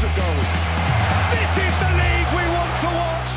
What a goal. This is the league we want to watch.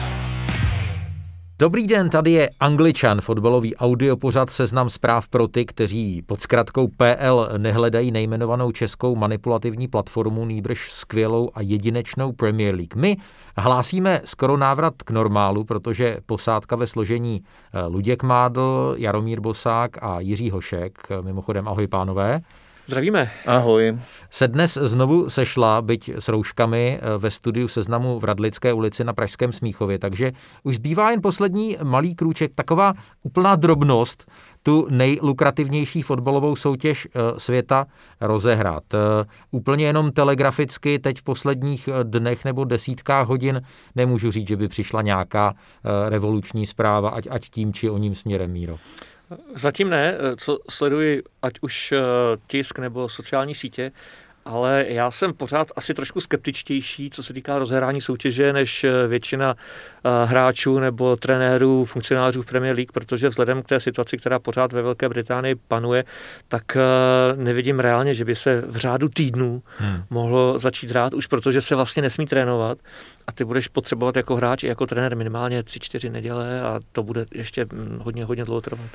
Dobrý den, tady je Angličan, fotbalový audiopořad Seznam zpráv pro ty, kteří pod zkratkou PL nehledají nejmenovanou českou manipulativní platformu, nýbrž skvělou a jedinečnou Premier League. My hlásíme skoro návrat k normálu, protože posádka ve složení Luděk Mádl, Jaromír Bosák a Jiří Hošek, mimochodem ahoj pánové. Zdravíme. Ahoj. Se dnes znovu sešla, byť s rouškami, ve studiu Seznamu v Radlické ulici na pražském Smíchově, takže už zbývá jen poslední malý krůček, taková úplná drobnost, tu nejlukrativnější fotbalovou soutěž světa rozehrát. Úplně jenom telegraficky teď v posledních dnech nebo desítkách hodin nemůžu říct, že by přišla nějaká revoluční zpráva, ať tím či oním směrem, Míro. Zatím ne, co sleduji, ať už tisk nebo sociální sítě, ale já jsem pořád asi trošku skeptičtější, co se týká rozhrání soutěže, než většina hráčů nebo trenérů, funkcionářů v Premier League, protože vzhledem k té situaci, která pořád ve Velké Británii panuje, tak nevidím reálně, že by se v řádu týdnů mohlo začít hrát, už protože se vlastně nesmí trénovat a ty budeš potřebovat jako hráč i jako trenér minimálně 3-4 neděle a to bude ještě hodně dlouho trvat.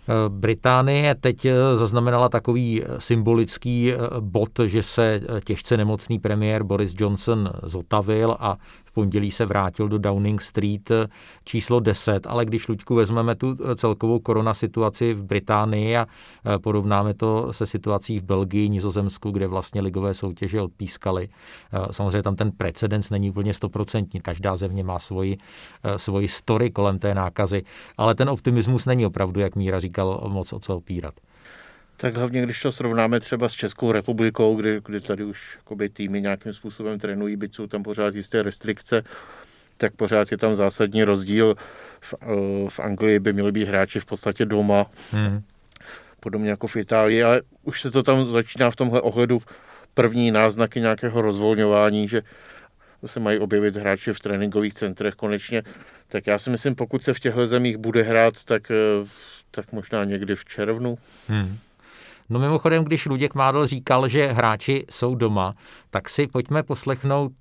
Británie teď zaznamenala takový symbolický bod, že se těžce nemocný premiér Boris Johnson zotavil a v pondělí se vrátil do Downing Street číslo 10, ale když, Luďku, vezmeme tu celkovou koronasituaci v Británii a porovnáme to se situací v Belgii, Nizozemsku, kde vlastně ligové soutěže odpískaly. Samozřejmě tam ten precedens není úplně 100%, každá země má svoji story kolem té nákazy, ale ten optimismus není opravdu, jak Míra říkal, moc o co opírat. Tak hlavně, když to srovnáme třeba s Českou republikou, kdy tady už týmy nějakým způsobem trénují, byť jsou tam pořád jisté restrikce, tak pořád je tam zásadní rozdíl. V Anglii by měli být hráči v podstatě doma, podobně jako v Itálii, ale už se to tam začíná v tomhle ohledu první náznaky nějakého rozvolňování, že se mají objevit hráči v tréninkových centrech konečně. Tak já si myslím, pokud se v těchto zemích bude hrát, tak možná někdy v červnu. No mimochodem, když Luděk Mádl říkal, že hráči jsou doma, tak si pojďme poslechnout,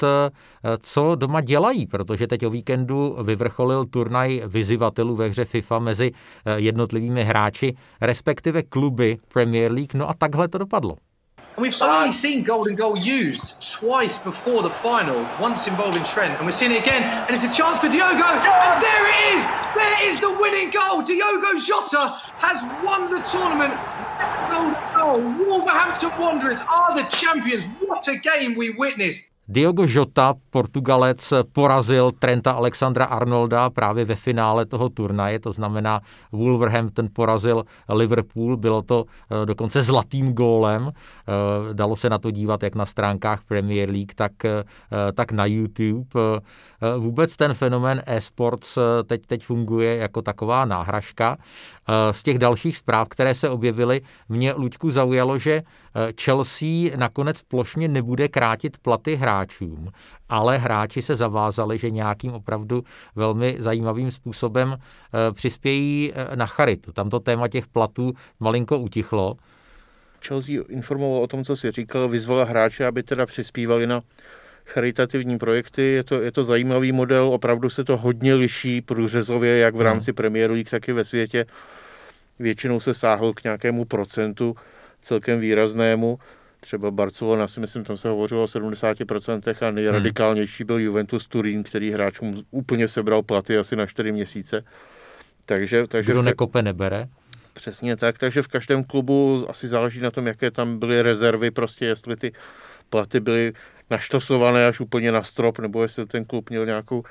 co doma dělají, protože teď o víkendu vyvrcholil turnaj vyzývatelů ve hře FIFA mezi jednotlivými hráči, respektive kluby Premier League, no a takhle to dopadlo. And we've only seen golden goal used twice before the final, once involving Trent, and we're seeing it again, and it's a chance for Diogo, and there it is! There is the winning goal! Diogo Jota has won the tournament. Golden goal! Wolverhampton Wanderers are the champions. What a game we witnessed! Diogo Jota, Portugalec, porazil Trenta Alexandra-Arnolda právě ve finále toho turnaje, to znamená Wolverhampton porazil Liverpool, bylo to dokonce zlatým gólem, dalo se na to dívat jak na stránkách Premier League, tak na YouTube. Vůbec ten fenomén e-sports teď funguje jako taková náhražka. Z těch dalších zpráv, které se objevily, mě, Luďku, zaujalo, že Chelsea nakonec plošně nebude krátit platy hráčům, ale hráči se zavázali, že nějakým opravdu velmi zajímavým způsobem přispějí na charitu. Tam to téma těch platů malinko utichlo. Chelsea informoval o tom, co si říkal, vyzvala hráče, aby teda přispívali na charitativní projekty. Je to zajímavý model, opravdu se to hodně liší průřezově, jak v rámci Premier League, tak i ve světě. Většinou se sáhl k nějakému procentu celkem výraznému. Třeba Barcelona, si myslím, tam se hovořilo o 70% a nejradikálnější byl Juventus Turín, který hráčům úplně sebral platy asi na 4 měsíce. Takže kdo nekope, nebere. Přesně tak, takže v každém klubu asi záleží na tom, jaké tam byly rezervy, prostě jestli ty platy byly naštosované až úplně na strop, nebo jestli ten klub měl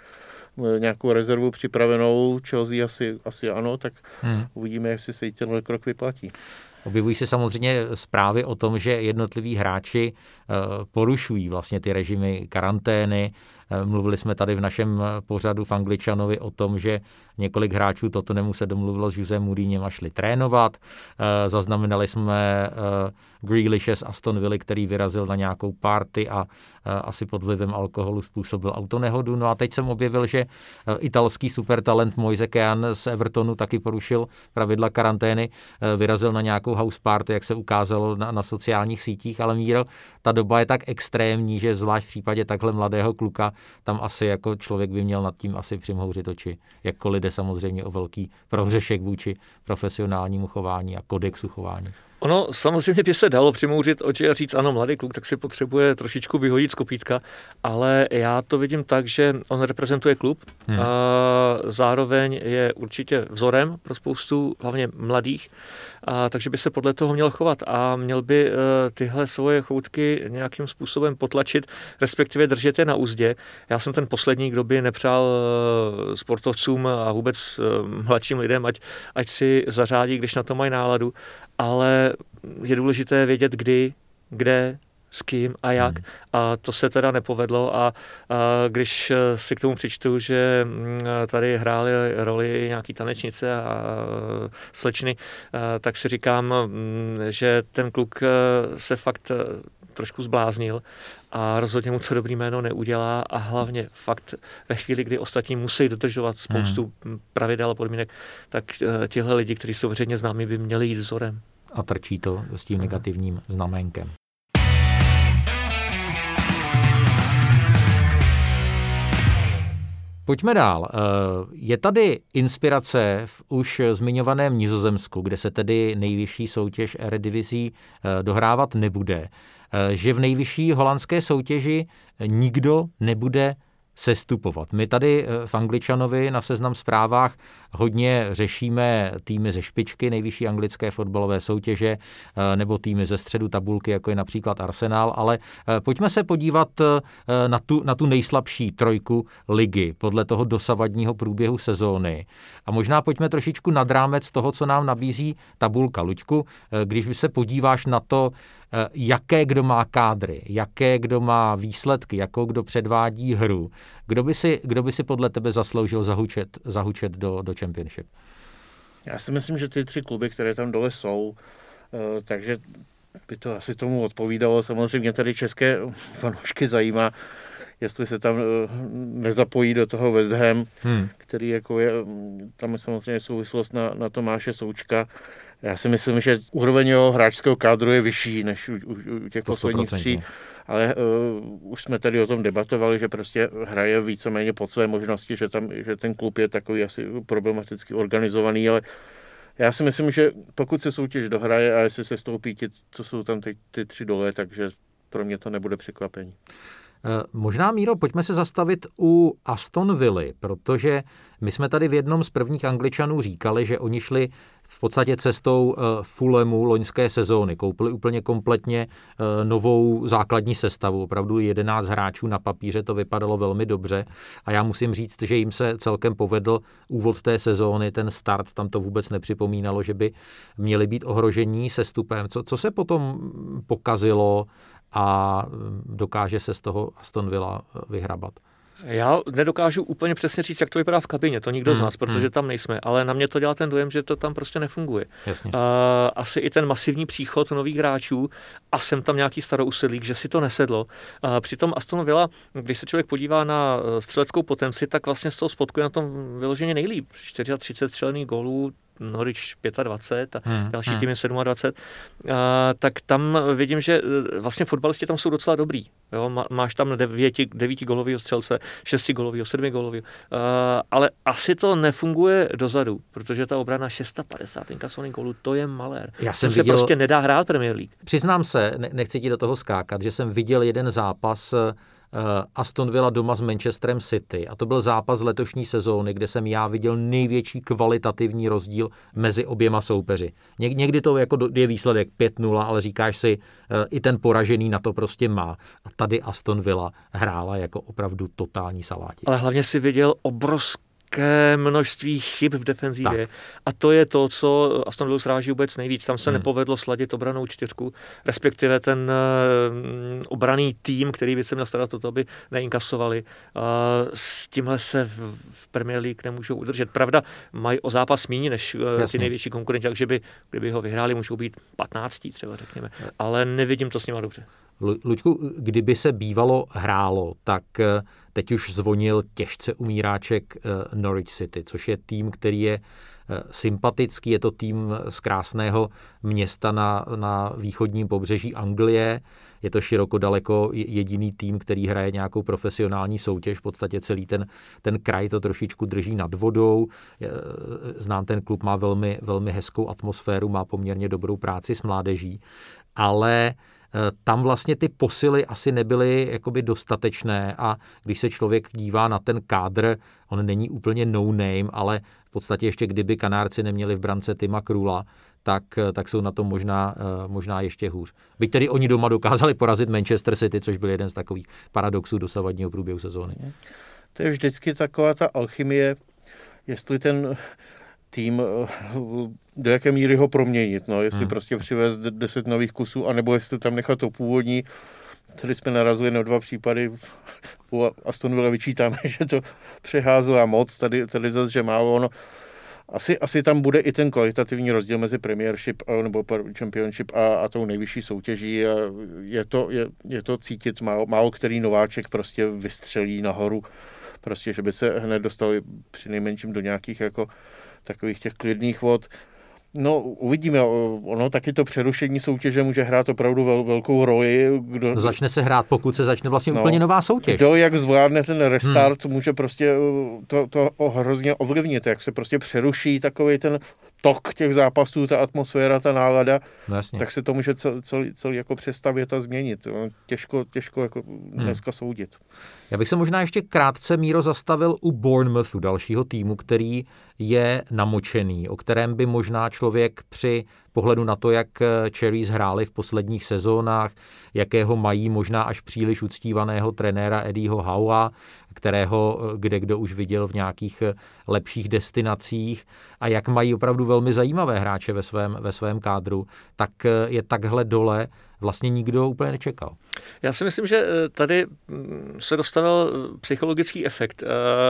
nějakou rezervu připravenou. Chelsea asi ano, tak uvidíme, jestli se jí tenhle krok vyplatí. Objevují se samozřejmě zprávy o tom, že jednotliví hráči porušují vlastně ty režimy karantény, Mluvili jsme tady v našem pořadu v Angličanovi o tom, že několik hráčů Tottenhamu se domluvilo s Josem Mourinhem a šli trénovat. Zaznamenali jsme Grealishe z Aston Villa, který vyrazil na nějakou party a asi pod vlivem alkoholu způsobil autonehodu. No a teď jsem objevil, že italský supertalent Moise Kean z Evertonu taky porušil pravidla karantény, vyrazil na nějakou house party, jak se ukázalo na sociálních sítích, ale Míro, ta doba je tak extrémní, že zvlášť v případě takhle mladého kluka tam asi jako člověk by měl nad tím asi přimhouřit oči. Jakkoliv jde samozřejmě o velký prohřešek vůči profesionálnímu chování a kodexu chování. Ono samozřejmě by se dalo přimouřit oči a říct, ano, mladý kluk, tak si potřebuje trošičku vyhodit z kopítka, ale já to vidím tak, že on reprezentuje klub a zároveň je určitě vzorem pro spoustu hlavně mladých, takže by se podle toho měl chovat a měl by tyhle svoje choutky nějakým způsobem potlačit, respektive držet je na uzdě. Já jsem ten poslední, kdo by nepřál sportovcům a vůbec mladším lidem, ať si zařádí, když na to mají náladu, ale je důležité vědět kdy, kde, s kým a jak. A to se teda nepovedlo a když si k tomu přečtu, že tady hrály roli nějaký tanečnice a slečny, tak si říkám, že ten kluk se fakt trošku zbláznil a rozhodně mu to dobrý jméno neudělá a hlavně fakt ve chvíli, kdy ostatní musí dodržovat spoustu pravidel a podmínek, tak tihle lidi, kteří jsou veřejně známí, by měli jít vzorem. A trčí to s tím negativním znaménkem. Pojďme dál. Je tady inspirace v už zmiňovaném Nizozemsku, kde se tedy nejvyšší soutěž Eredivisie dohrávat nebude, že v nejvyšší holandské soutěži nikdo nebude sestupovat. My tady v Angličanovi na Seznam Zprávách hodně řešíme týmy ze špičky nejvyšší anglické fotbalové soutěže nebo týmy ze středu tabulky, jako je například Arsenal, ale pojďme se podívat na tu nejslabší trojku ligy podle toho dosavadního průběhu sezóny. A možná pojďme trošičku nad rámec toho, co nám nabízí tabulka. Luďku, když se podíváš na to, jaké kdo má kádry, jaké kdo má výsledky, jakou kdo předvádí hru, kdo by si podle tebe zasloužil zahučet do Championship? Já si myslím, že ty 3 kluby, které tam dole jsou, takže by to asi tomu odpovídalo. Samozřejmě tady české fanoušky zajímá, jestli se tam nezapojí do toho West Ham, který jako je, tam je samozřejmě souvislost na Tomáše Součka. Já si myslím, že úroveň jeho hráčského kádru je vyšší než u těch posledních 3, ale už jsme tady o tom debatovali, že prostě hraje víceméně pod své možnosti, že ten klub je takový asi problematicky organizovaný, ale já si myslím, že pokud se soutěž dohraje a jestli se stoupí ti, co jsou tam ty 3 dole, takže pro mě to nebude překvapení. Možná, Míro, pojďme se zastavit u Aston Villy, protože my jsme tady v jednom z prvních Angličanů říkali, že oni šli v podstatě cestou Fulhamu loňské sezóny. Koupili úplně kompletně novou základní sestavu, opravdu 11 hráčů na papíře, to vypadalo velmi dobře a já musím říct, že jim se celkem povedl úvod té sezóny, ten start, tam to vůbec nepřipomínalo, že by měli být ohrožení sestupem. Co se potom pokazilo a dokáže se z toho Aston Villa vyhrabat? Já nedokážu úplně přesně říct, jak to vypadá v kabině, to nikdo z nás, protože tam nejsme, ale na mě to dělá ten dojem, že to tam prostě nefunguje. Asi i ten masivní příchod nových hráčů a jsem tam nějaký starousedlík, že si to nesedlo. Přitom Aston Villa, když se člověk podívá na střeleckou potenci, tak vlastně z toho spodku je na tom vyloženě nejlíp. 34 střelených gólů, Norwich 25 a další tým je 27. Tak tam vidím, že vlastně fotbalisti tam jsou docela dobrý. Jo? Máš tam 9 gólového střelce, 6 gólového, 7 gólového. Ale asi to nefunguje dozadu, protože ta obrana 650 inkasovaných gólů, to je malér. Se prostě nedá hrát Premier League. Přiznám se, nechci ti do toho skákat, že jsem viděl jeden zápas Aston Villa doma s Manchesterem City a to byl zápas letošní sezóny, kde jsem já viděl největší kvalitativní rozdíl mezi oběma soupeři. Někdy to jako je výsledek 5-0, ale říkáš si, i ten poražený na to prostě má. A tady Aston Villa hrála jako opravdu totální saláti. Ale hlavně si viděl obrovský obrovské množství chyb v defenzivě. Tak. A to je to, co Aston Villa sráží vůbec nejvíc. Tam se nepovedlo sladit obranou čtyřku, respektive ten obranný tým, který by se měl starat o to, aby neinkasovali. S tímhle se v Premier League nemůžou udržet. Pravda, mají o zápas míň než ty největší konkurenti, takže kdyby ho vyhráli, můžou být 15. třeba, řekněme. Ale nevidím to s nima dobře. Luďku, kdyby se bývalo hrálo, tak teď už zvonil těžce umíráček Norwich City, což je tým, který je sympatický, je to tým z krásného města na východním pobřeží Anglie, je to široko daleko jediný tým, který hraje nějakou profesionální soutěž, v podstatě celý ten kraj to trošičku drží nad vodou, znám ten klub, má velmi, velmi hezkou atmosféru, má poměrně dobrou práci s mládeží, ale tam vlastně ty posily asi nebyly jakoby dostatečné a když se člověk dívá na ten kádr, on není úplně no name, ale v podstatě ještě kdyby Kanárci neměli v brance Tima Krula, tak jsou na tom možná ještě hůř. Byť tedy oni doma dokázali porazit Manchester City, což byl jeden z takových paradoxů dosavadního průběhu sezóny. To je vždycky taková ta alchymie, jestli ten tým, do jaké míry ho proměnit, no, jestli prostě přivést 10 nových kusů, anebo jestli tam nechat to původní. Tady jsme narazili na 2 případy, u Aston Villa vyčítáme, že to přeházela moc, tady zase, že málo, ono. Asi tam bude i ten kvalitativní rozdíl mezi Premiership nebo Championship a tou nejvyšší soutěží. A je to cítit, málo který nováček prostě vystřelí nahoru, prostě, že by se hned dostali přinejmenším do nějakých jako takových těch klidných vod. No, uvidíme. Ono taky to přerušení soutěže může hrát opravdu velkou roli. Začne se hrát, pokud se začne vlastně úplně nová soutěž. Kdo jak zvládne ten restart, může prostě to hrozně ovlivnit. Jak se prostě přeruší takový ten tok těch zápasů, ta atmosféra, ta nálada, tak se to může celý jako přestavět a změnit. Těžko jako dneska soudit. Já bych se možná ještě krátce, Míro, zastavil u Bournemouthu, dalšího týmu, který je namočený, o kterém by možná člověk při pohledu na to, jak Cherries hráli v posledních sezónách, jakého mají možná až příliš uctívaného trenéra Eddieho Howa, kterého kdo už viděl v nějakých lepších destinacích a jak mají opravdu velmi zajímavé hráče ve svém kádru, tak je takhle dole vlastně nikdo úplně nečekal. Já si myslím, že tady se dostavil psychologický efekt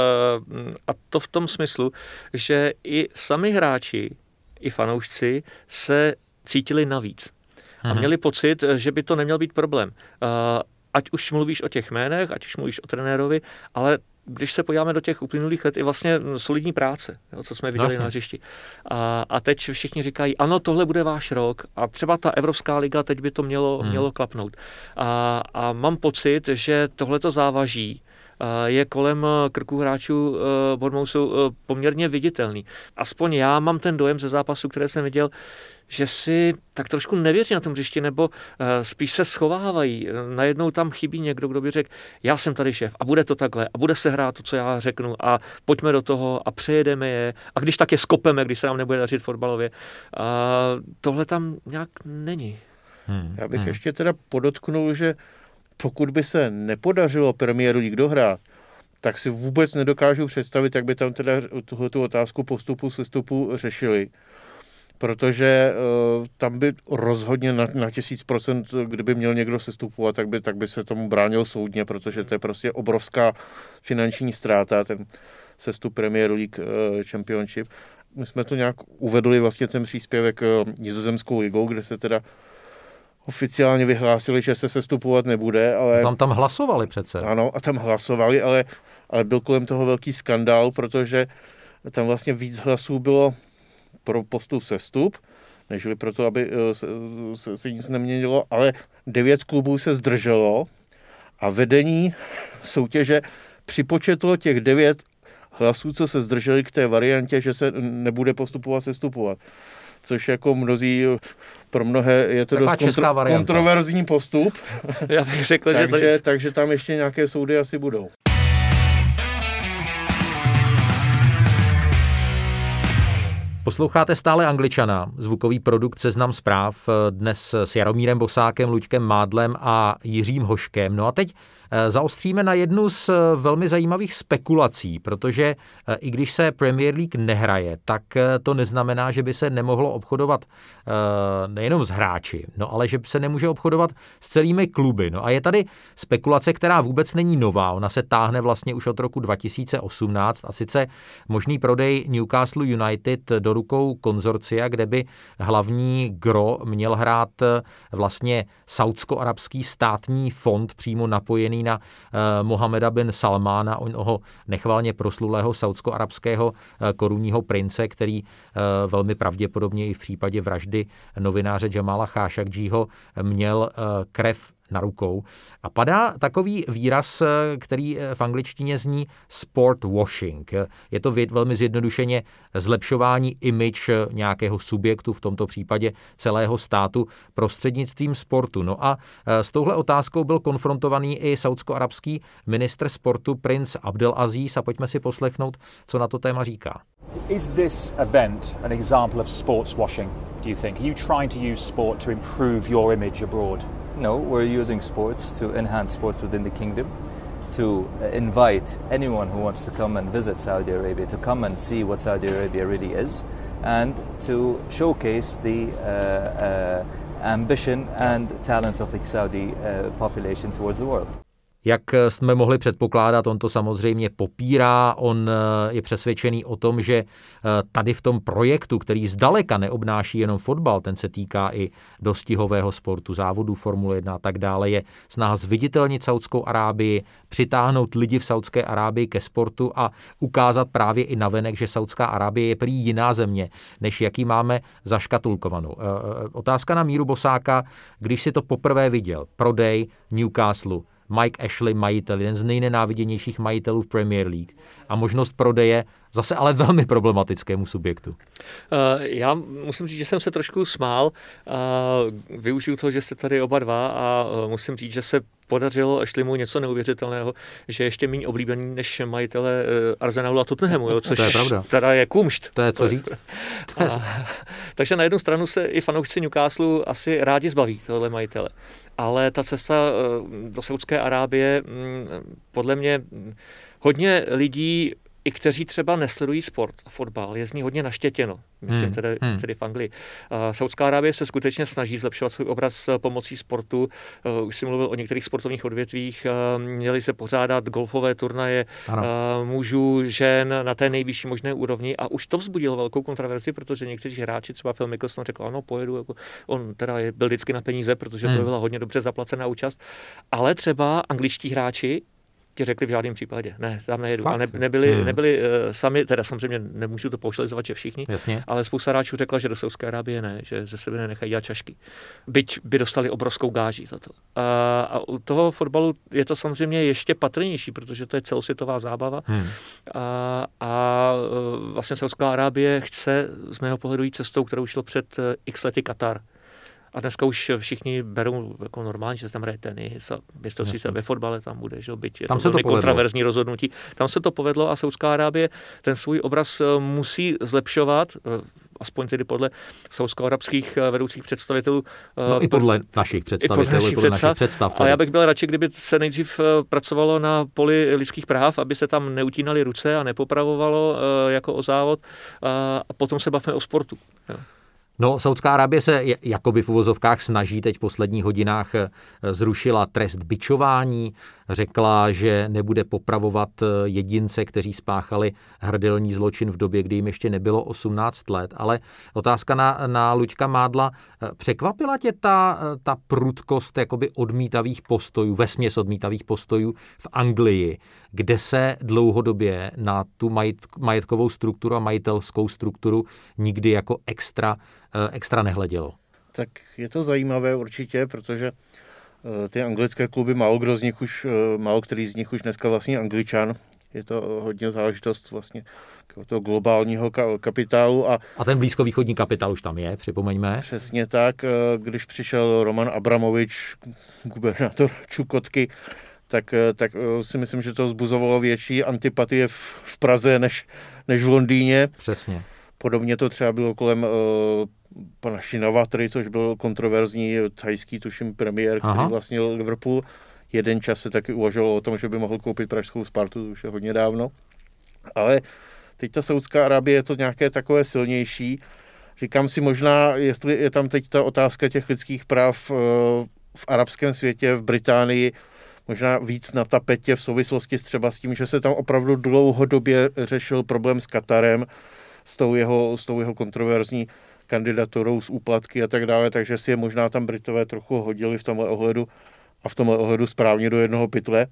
a to v tom smyslu, že i sami hráči, i fanoušci se cítili navíc a měli pocit, že by to neměl být problém. Ať už mluvíš o těch jménech, ať už mluvíš o trenérovi, ale když se podíváme do těch uplynulých let, i vlastně solidní práce, jo, co jsme viděli na hřišti. A teď všichni říkají, ano, tohle bude váš rok a třeba ta Evropská liga teď by to mělo klapnout. A mám pocit, že tohleto závaží je kolem krku hráčů Bournemouthu poměrně viditelný. Aspoň já mám ten dojem ze zápasu, které jsem viděl, že si tak trošku nevěří na tom hřišti, nebo spíš se schovávají. Najednou tam chybí někdo, kdo by řekl, já jsem tady šéf a bude to takhle a bude se hrát to, co já řeknu a pojďme do toho a přejedeme je a když tak je skopeme, když se nám nebude dařit fotbalově. Tohle tam nějak není. Já bych ještě teda podotknul, že pokud by se nepodařilo premiéru nikdo hrát, tak si vůbec nedokážu představit, jak by tam teda tuhletu otázku postupu sestupu řešili. Protože tam by rozhodně na 1000%, kdyby měl někdo sestupovat, tak by se tomu bránil soudně, protože to je prostě obrovská finanční ztráta, ten sestup Premier League Championship. My jsme to nějak uvedli vlastně ten příspěvek nizozemskou ligou, kde se teda oficiálně vyhlásili, že se sestupovat nebude, ale... Tam hlasovali přece. Ano, a tam hlasovali, ale byl kolem toho velký skandál, protože tam vlastně víc hlasů bylo pro postup sestup, nežli proto, aby se nic neměnilo, ale 9 klubů se zdrželo a vedení soutěže připočetlo těch 9 hlasů, co se zdrželi k té variantě, že se nebude postupovat sestupovat. Což jako mnozí, pro mnohé je to dost kontroverzní postup. Já bych řekl, takže tam ještě nějaké soudy asi budou. Posloucháte stále Angličana, zvukový produkt Seznam zpráv, dnes s Jaromírem Bosákem, Luďkem Mádlem a Jiřím Hoškem. No a teď zaostříme na jednu z velmi zajímavých spekulací, protože i když se Premier League nehraje, tak to neznamená, že by se nemohlo obchodovat nejenom s hráči, no ale že se nemůže obchodovat s celými kluby. No a je tady spekulace, která vůbec není nová, ona se táhne vlastně už od roku 2018 a sice možný prodej Newcastle United do rukou konzorcia, kde by hlavní gro měl hrát vlastně saúdsko-arabský státní fond přímo napojený na Mohameda bin Salmána, onoho nechvalně proslulého saúdsko-arabského korunního prince, který velmi pravděpodobně i v případě vraždy novináře Jamala Khashoggiho měl krev na rukou. A padá takový výraz, který v angličtině zní sport washing. Je to velmi zjednodušeně zlepšování image nějakého subjektu, v tomto případě celého státu, prostřednictvím sportu. No a s touhle otázkou byl konfrontovaný i saúdsko-arabský ministr sportu princ Abdelaziz a pojďme si poslechnout, co na to téma říká. Is this event an example of sports washing, do you think? Are you trying to use sport to improve your image abroad? No, we're using sports to enhance sports within the kingdom, to invite anyone who wants to come and visit Saudi Arabia to come and see what Saudi Arabia really is, and to showcase the ambition and talent of the Saudi population towards the world. Jak jsme mohli předpokládat, on to samozřejmě popírá, on je přesvědčený o tom, že tady v tom projektu, který zdaleka neobnáší jenom fotbal, ten se týká i dostihového sportu, závodů Formule 1 a tak dále, je snaha zviditelnit Saudskou Arábii, přitáhnout lidi v Saudské Arábii ke sportu a ukázat právě i navenek, že Saudská Arábie je prý jiná země, než jaký máme zaškatulkovanou. Otázka na Míru Bosáka, když si to poprvé viděl, prodej Newcastle, Mike Ashley, majitel, jeden z nejnenáviděnějších majitelů v Premier League a možnost prodeje zase ale velmi problematickému subjektu. Já musím říct, že jsem se trošku smál. Využiju toho, že jste tady oba dva a musím říct, že se podařilo Ashleymu něco neuvěřitelného, že je ještě méně oblíbený než majitele Arsenalu a Tottenhamu, což to je pravda. Teda je kumšt. To je co říct. Takže na jednu stranu se i fanoušci Newcastle asi rádi zbaví tohle majitele. Ale ta cesta do Saúdské Arábie, podle mě hodně lidí, i kteří třeba nesledují sport a fotbal, je z ní hodně naštětěno, myslím tedy v Anglii. Saúdská Arábie se skutečně snaží zlepšovat svůj obraz pomocí sportu. Už jsem mluvil o některých sportovních odvětvích. Měly se pořádat golfové turnaje mužů, žen na té nejvyšší možné úrovni a už to vzbudilo velkou kontroverzi, protože někteří hráči, třeba Phil Mickelson řekl, ano, pojedu, jako on teda byl vždycky na peníze, protože to byla hodně dobře zaplacená účast, ale třeba angličtí hráči ti řekli v žádném případě, ne, tam nejedu. A nebyli sami, teda samozřejmě nemůžu to paušalizovat, že všichni, jasně, ale spousta hráčů řekla, že do Saúdské Arábie ne, že ze sebe nenechají dělat čašky. Byť by dostali obrovskou gáži za to. A u toho fotbalu je to samozřejmě ještě patrnější, protože to je celosvětová zábava. A vlastně Saúdská Arábie chce z mého pohledu jít cestou, kterou šlo před x lety Katar. A dneska už všichni berou jako normálně, že se tam hraje tenis a mistrovství se ve fotbale tam bude, že byť je tam to velmi kontraverzní rozhodnutí. Tam se to povedlo a Saúdská Arábie ten svůj obraz musí zlepšovat, aspoň tedy podle saúdsko-arabských vedoucích představitelů. No i podle našich představitelů, podle našich představ. A já bych byl radši, kdyby se nejdřív pracovalo na poli lidských práv, aby se tam neutínaly ruce a nepopravovalo jako o závod a potom se bavíme o sportu. Jo. No, Saúdská Arábie se jakoby v uvozovkách snaží, teď v posledních hodinách zrušila trest bičování, řekla, že nebude popravovat jedince, kteří spáchali hrdelní zločin v době, kdy jim ještě nebylo 18 let. Ale otázka na Luďka Mádla, překvapila tě ta prudkost jakoby odmítavých postojů, vesměs odmítavých postojů v Anglii, kde se dlouhodobě na tu majetkovou strukturu a majitelskou strukturu nikdy jako extra nehledělo? Tak je to zajímavé určitě, protože ty anglické kluby, málo který z nich už dneska vlastně Angličan. Je to hodně záležitost vlastně toho globálního kapitálu. A ten blízkovýchodní kapitál už tam je, připomeňme. Přesně tak. Když přišel Roman Abramovič, gubernátor Čukotky, tak si myslím, že to vzbuzovalo větší antipatie v Praze než v Londýně. Přesně. Podobně to třeba bylo kolem pana Shinawatry, což byl kontroverzní thajský, tuším, premiér, který vlastnil Liverpool. Jeden čas se taky uvažovalo o tom, že by mohl koupit pražskou Spartu, to už je hodně dávno. Ale teď ta Saudská Arábie je to nějaké takové silnější. Říkám si možná, jestli je tam teď ta otázka těch lidských práv v arabském světě, v Británii, možná víc na tapetě v souvislosti třeba s tím, že se tam opravdu dlouhodobě řešil problém s Katarem, s tou jeho kontroverzní kandidaturou, s úplatky a tak dále, takže si je možná tam Britové trochu hodili v tomhle ohledu a v tomhle ohledu správně do jednoho pytle.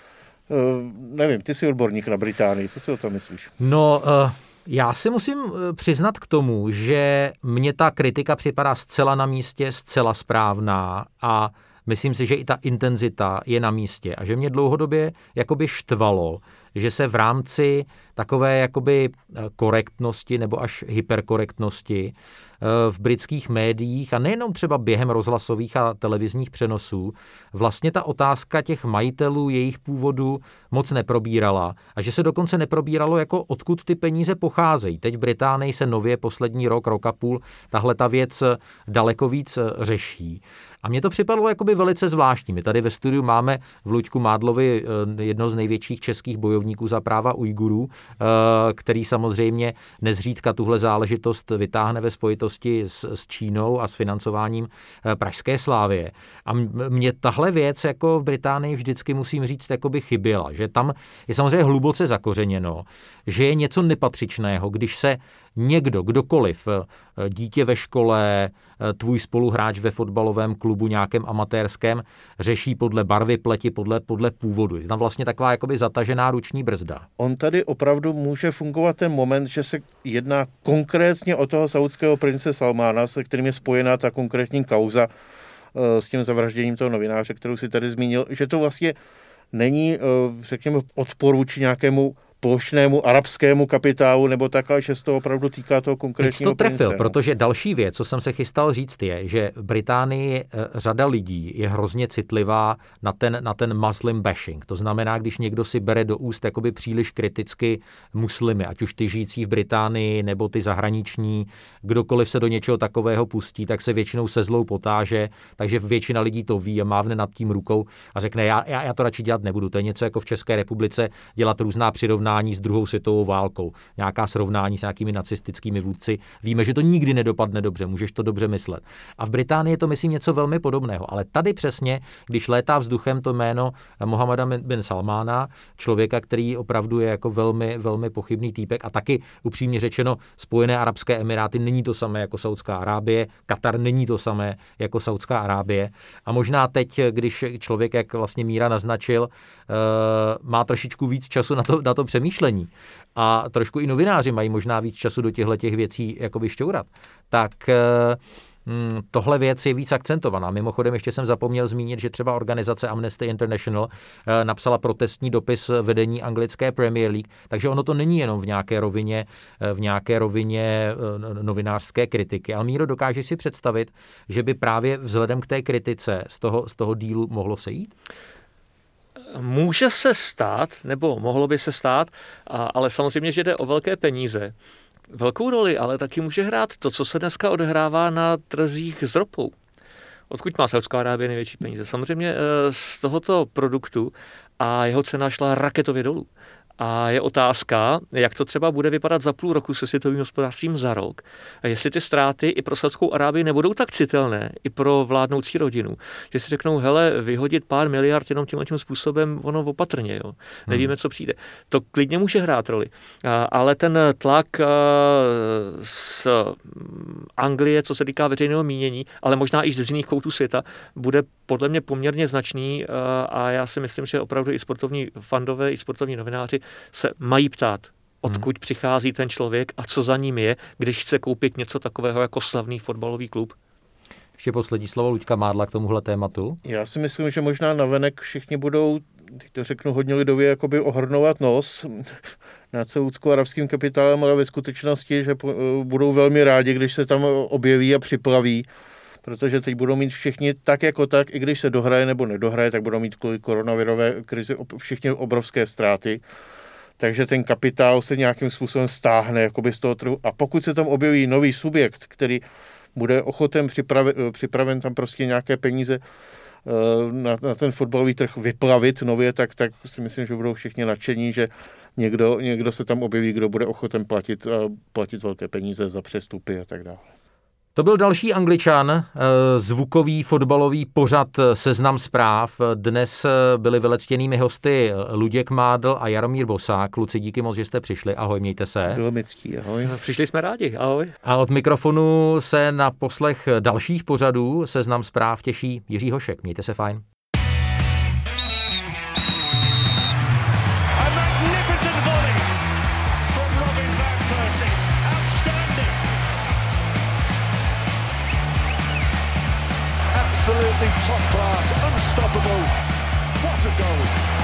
Nevím, ty jsi odborník na Británii, co si o tom myslíš? No, já si musím přiznat k tomu, že mně ta kritika připadá zcela na místě, zcela správná a myslím si, že i ta intenzita je na místě a že mě dlouhodobě jakoby štvalo, že se v rámci takové jakoby korektnosti nebo až hyperkorektnosti v britských médiích a nejenom třeba během rozhlasových a televizních přenosů vlastně ta otázka těch majitelů, jejich původu moc neprobírala a že se dokonce neprobíralo, jako odkud ty peníze pocházejí. Teď v Británii se nově poslední rok a půl tahle ta věc daleko víc řeší. A mně to připadlo jakoby velice zvláštní. My tady ve studiu máme v Luďku Mádlovi jedno z největších českých bojovníků za práva Ujgurů, který samozřejmě nezřídka tuhle záležitost vytáhne ve spojitosti s Čínou a s financováním pražské Slávie. A mě tahle věc jako v Británii vždycky musím říct jakoby chyběla, že tam je samozřejmě hluboce zakořeněno, že je něco nepatřičného, když se někdo, kdokoliv, dítě ve škole, tvůj spoluhráč ve fotbalovém klubu nějakém amatérském, řeší podle barvy pleti, podle původu. Je tam vlastně taková jakoby zatažená ruční brzda. On tady opravdu může fungovat ten moment, že se jedná konkrétně o toho saudského prince Salmána, se kterým je spojená ta konkrétní kauza s tím zavražděním toho novináře, kterou si tady zmínil, že to vlastně není, řekněme, odpor vůči nějakému plošnému arabskému kapitálu nebo takhle, že se to opravdu týká toho konkrétního prince. Teď to trefil, prince, protože další věc, co jsem se chystal říct, je, že v Británii řada lidí je hrozně citlivá na ten Muslim bashing. To znamená, když někdo si bere do úst jakoby příliš kriticky muslimy, ať už ty žijící v Británii nebo ty zahraniční, kdokoliv se do něčeho takového pustí, tak se většinou se zlou potáže, takže většina lidí to ví a mávne nad tím rukou a řekne, já to radši dělat nebudu. To je něco jako v České republice dělat různá přirovnání s druhou světovou válkou, nějaká srovnání s nějakými nacistickými vůdci. Víme, že to nikdy nedopadne dobře, můžeš to dobře myslet. A v Británii je to, myslím, něco velmi podobného. Ale tady přesně, když létá vzduchem to jméno Mohammeda bin Salmána, člověka, který opravdu je jako velmi, velmi pochybný týpek a taky upřímně řečeno Spojené arabské emiráty není to samé jako Saudská Arábie, Katar není to samé jako Saudská Arábie. A možná teď, když člověk, jak vlastně Míra naznačil, má trošičku víc času na to přemýšlení a trošku i novináři mají možná víc času do těchto věcí jakoby šťourat, tak tohle věc je víc akcentovaná. Mimochodem ještě jsem zapomněl zmínit, že třeba organizace Amnesty International napsala protestní dopis vedení anglické Premier League, takže ono to není jenom v nějaké rovině novinářské kritiky. Ale Míro, dokážeš si představit, že by právě vzhledem k té kritice z toho dílu mohlo sejít? Může se stát, nebo mohlo by se stát, ale samozřejmě, že jde o velké peníze. Velkou roli ale taky může hrát to, co se dneska odehrává na trzích s ropou. Odkud má Saudská Arábie největší peníze? Samozřejmě z tohoto produktu a jeho cena šla raketově dolů. A je otázka, jak to třeba bude vypadat za půl roku se světovým hospodářstvím za rok. A jestli ty ztráty i pro Saudskou Arábii nebudou tak citelné, i pro vládnoucí rodinu, že si řeknou, hele, vyhodit pár miliard jenom tím způsobem, ono opatrně, jo. Nevíme, co přijde. To klidně může hrát roli. Ale ten tlak z Anglie, co se týká veřejného mínění, ale možná i z jiných koutů světa, bude podle mě poměrně značný a já si myslím, že opravdu i sportovní fandové, i sportovní novináři se mají ptát, odkud přichází ten člověk a co za ním je, když chce koupit něco takového jako slavný fotbalový klub. Ještě poslední slovo Luďka Mádla k tomuhle tématu. Já si myslím, že možná navenek všichni budou, teď to řeknu hodně lidově, jakoby ohrnovat nos nad saúdsko-arabským kapitálem, ale ve skutečnosti, že budou velmi rádi, když se tam objeví a připlaví, protože teď budou mít všichni tak jako tak, i když se dohraje nebo nedohraje, tak budou mít kvůli koronavirové krizi všichni obrovské ztráty. takže ten kapitál se nějakým způsobem stáhne jakoby z toho trhu. A pokud se tam objeví nový subjekt, který bude ochoten připraven tam prostě nějaké peníze na ten fotbalový trh vyplavit nově, tak si myslím, že budou všichni nadšení, že někdo se tam objeví, kdo bude ochoten platit velké peníze za přestupy a tak dále. To byl další Angličan, zvukový fotbalový pořad Seznam zpráv. Dnes byli velectěnými hosty Luděk Mádl a Jaromír Bosák. Kluci, díky moc, že jste přišli. Ahoj, mějte se. Bylo mi ctí, ahoj. Přišli jsme rádi, ahoj. A od mikrofonu se na poslech dalších pořadů Seznam zpráv těší Jiří Hošek. Mějte se fajn. Absolutely top class, unstoppable. What a goal!